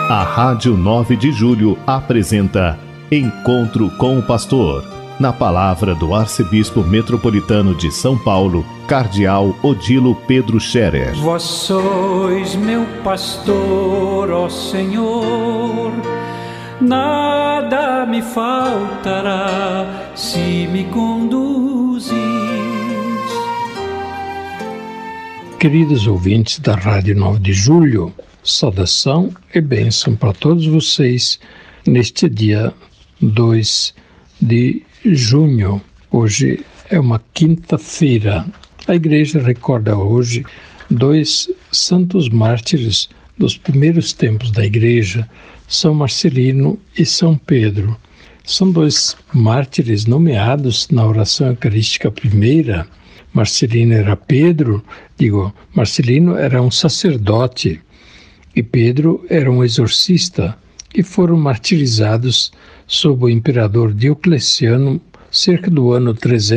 A Rádio 9 de Julho apresenta Encontro com o Pastor, na palavra do Arcebispo Metropolitano de São Paulo, Cardeal Odilo Pedro Scherer. Vós sois meu pastor, ó Senhor, nada me faltará se me conduzis. Queridos ouvintes da Rádio 9 de Julho, saudação e bênção para todos vocês neste dia 2 de junho. Hoje é uma quinta-feira. A igreja recorda hoje dois santos mártires dos primeiros tempos da igreja, São Marcelino e São Pedro. São dois mártires nomeados na oração eucarística primeira. Marcelino era um sacerdote e Pedro era um exorcista, e foram martirizados sob o imperador Diocleciano cerca do ano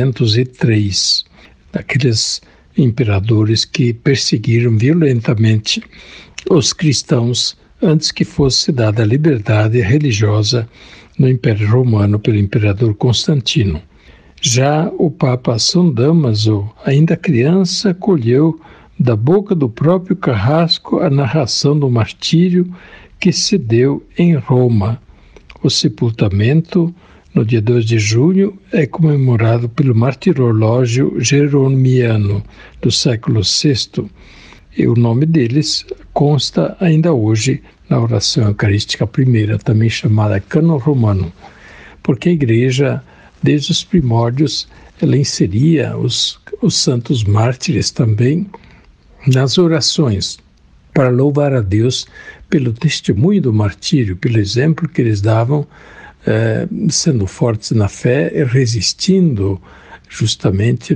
303, aqueles imperadores que perseguiram violentamente os cristãos antes que fosse dada a liberdade religiosa no Império Romano pelo imperador Constantino. Já o Papa São Damaso, ainda criança, colheu da boca do próprio carrasco a narração do martírio que se deu em Roma. O sepultamento, no dia 2 de junho, é comemorado pelo martirológio jerômiano do século VI, e o nome deles consta ainda hoje na oração eucarística primeira, também chamada Cânon Romano, porque a igreja, desde os primórdios, ela inseria os santos mártires também nas orações, para louvar a Deus pelo testemunho do martírio, pelo exemplo que eles davam, sendo fortes na fé e resistindo justamente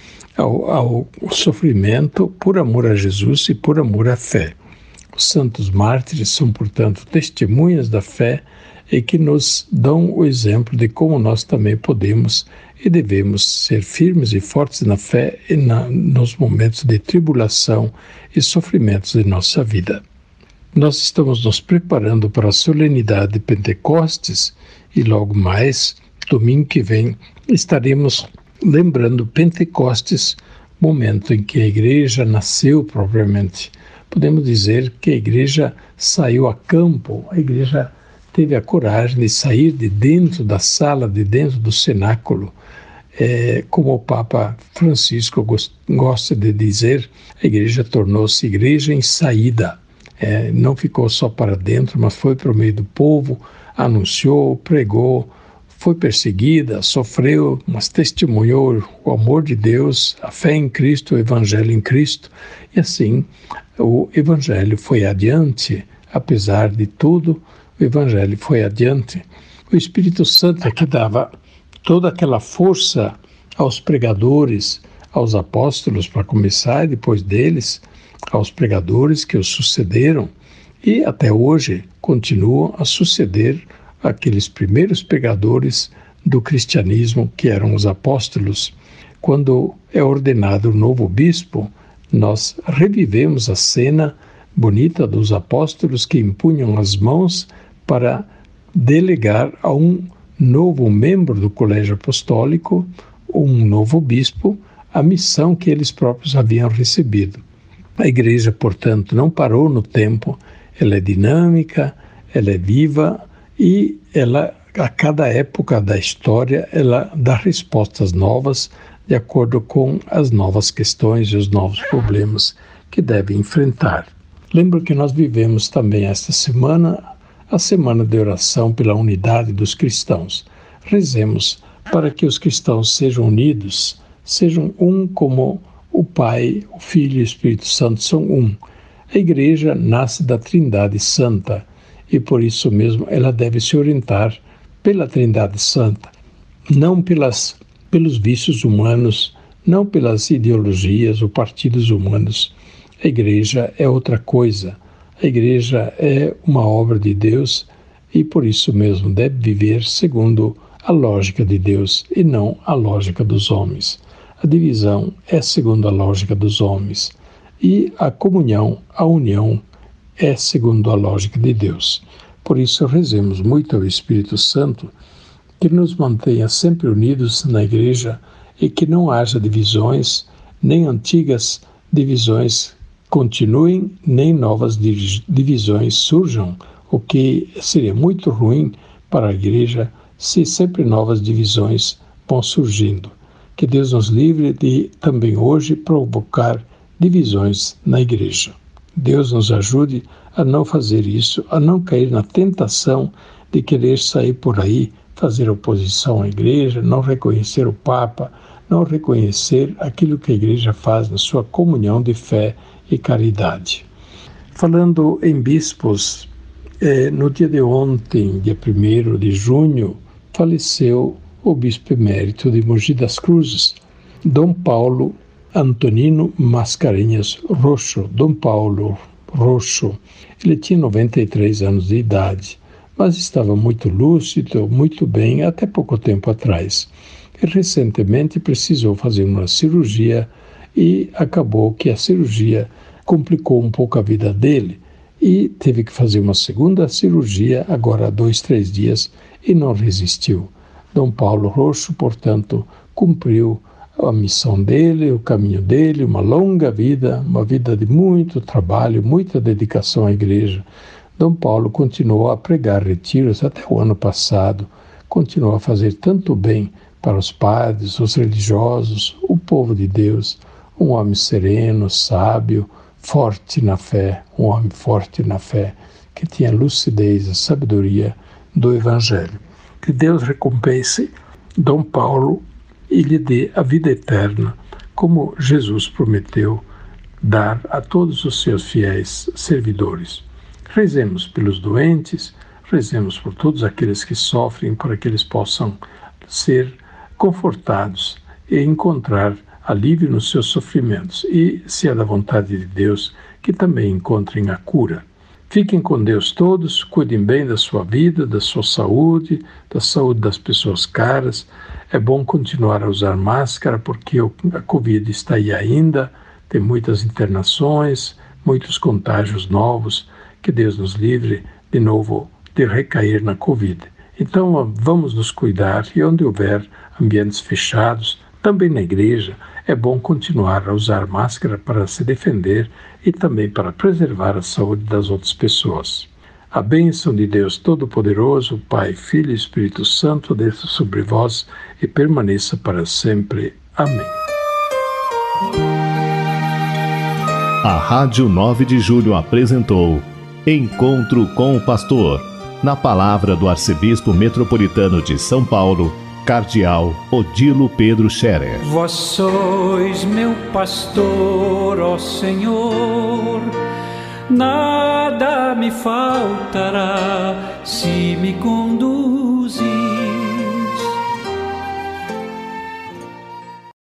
ao sofrimento por amor a Jesus e por amor à fé. Os santos mártires são, portanto, testemunhas da fé e que nos dão o exemplo de como nós também podemos e devemos ser firmes e fortes na fé e nos momentos de tribulação e sofrimentos de nossa vida. Nós estamos nos preparando para a solenidade de Pentecostes e logo mais, domingo que vem, estaremos lembrando Pentecostes, momento em que a igreja nasceu propriamente. Podemos dizer que a igreja saiu a campo, a igreja teve a coragem de sair de dentro da sala, de dentro do cenáculo. Como o Papa Francisco gosta de dizer, a igreja tornou-se igreja em saída. Não ficou só para dentro, mas foi para o meio do povo, anunciou, pregou, foi perseguida, sofreu, mas testemunhou o amor de Deus, a fé em Cristo, o Evangelho em Cristo. E assim, o Evangelho foi adiante, apesar de tudo, o Evangelho foi adiante. O Espírito Santo é que dava toda aquela força aos pregadores, aos apóstolos para começar, e depois deles, aos pregadores que os sucederam, e até hoje continuam a suceder aqueles primeiros pregadores do cristianismo que eram os apóstolos. Quando é ordenado o novo bispo, nós revivemos a cena bonita dos apóstolos que impunham as mãos para delegar a um novo membro do colégio apostólico, um novo bispo, a missão que eles próprios haviam recebido. A igreja, portanto, não parou no tempo, ela é dinâmica, ela é viva e ela, a cada época da história, ela dá respostas novas de acordo com as novas questões e os novos problemas que deve enfrentar. Lembro que nós vivemos também esta semana a semana de oração pela unidade dos cristãos. Rezemos para que os cristãos sejam unidos, sejam um como o Pai, o Filho e o Espírito Santo são um. A igreja nasce da Trindade Santa e por isso mesmo ela deve se orientar pela Trindade Santa, não pelos vícios humanos, não pelas ideologias ou partidos humanos. A igreja é outra coisa. A igreja é uma obra de Deus e por isso mesmo deve viver segundo a lógica de Deus e não a lógica dos homens. A divisão é segundo a lógica dos homens e a comunhão, a união é segundo a lógica de Deus. Por isso, rezemos muito ao Espírito Santo que nos mantenha sempre unidos na Igreja e que não haja divisões, nem antigas divisões continuem, nem novas divisões surjam, o que seria muito ruim para a Igreja se sempre novas divisões vão surgindo. Que Deus nos livre de também hoje provocar divisões na Igreja. Deus nos ajude a não fazer isso, a não cair na tentação de querer sair por aí, fazer oposição à Igreja, não reconhecer o Papa, não reconhecer aquilo que a Igreja faz na sua comunhão de fé e caridade. Falando em bispos, no dia de ontem, dia 1º de junho, faleceu o bispo emérito de Mogi das Cruzes, Dom Paulo Antonino Mascarenhas Roxo. Dom Paulo Roxo, ele tinha 93 anos de idade, mas estava muito lúcido, muito bem, até pouco tempo atrás. E recentemente precisou fazer uma cirurgia e acabou que a cirurgia complicou um pouco a vida dele e teve que fazer uma segunda cirurgia agora há 2-3 dias e não resistiu. Dom Paulo Roxo, portanto, cumpriu a missão dele, o caminho dele, uma longa vida, uma vida de muito trabalho, muita dedicação à Igreja. Dom Paulo continuou a pregar retiros até o ano passado, continuou a fazer tanto bem para os padres, os religiosos, o povo de Deus, um homem sereno, sábio, forte na fé, um homem forte na fé, que tinha a lucidez, a sabedoria do Evangelho. Que Deus recompense Dom Paulo e lhe dê a vida eterna, como Jesus prometeu dar a todos os seus fiéis servidores. Rezemos pelos doentes, rezemos por todos aqueles que sofrem, para que eles possam ser confortados e encontrar alívio nos seus sofrimentos. E, se é da vontade de Deus, que também encontrem a cura. Fiquem com Deus todos, cuidem bem da sua vida, da sua saúde, da saúde das pessoas caras. É bom continuar a usar máscara, porque a Covid está aí ainda, tem muitas internações, muitos contágios novos. Que Deus nos livre de novo de recair na Covid. Então vamos nos cuidar, e onde houver ambientes fechados, também na igreja, é bom continuar a usar máscara para se defender e também para preservar a saúde das outras pessoas. A bênção de Deus Todo-Poderoso, Pai, Filho e Espírito Santo, desça sobre vós e permaneça para sempre. Amém. A Rádio 9 de Julho apresentou Encontro com o Pastor, na palavra do Arcebispo Metropolitano de São Paulo, Cardeal Odilo Pedro Scherer. Vós sois meu pastor, ó Senhor, nada me faltará se me conduz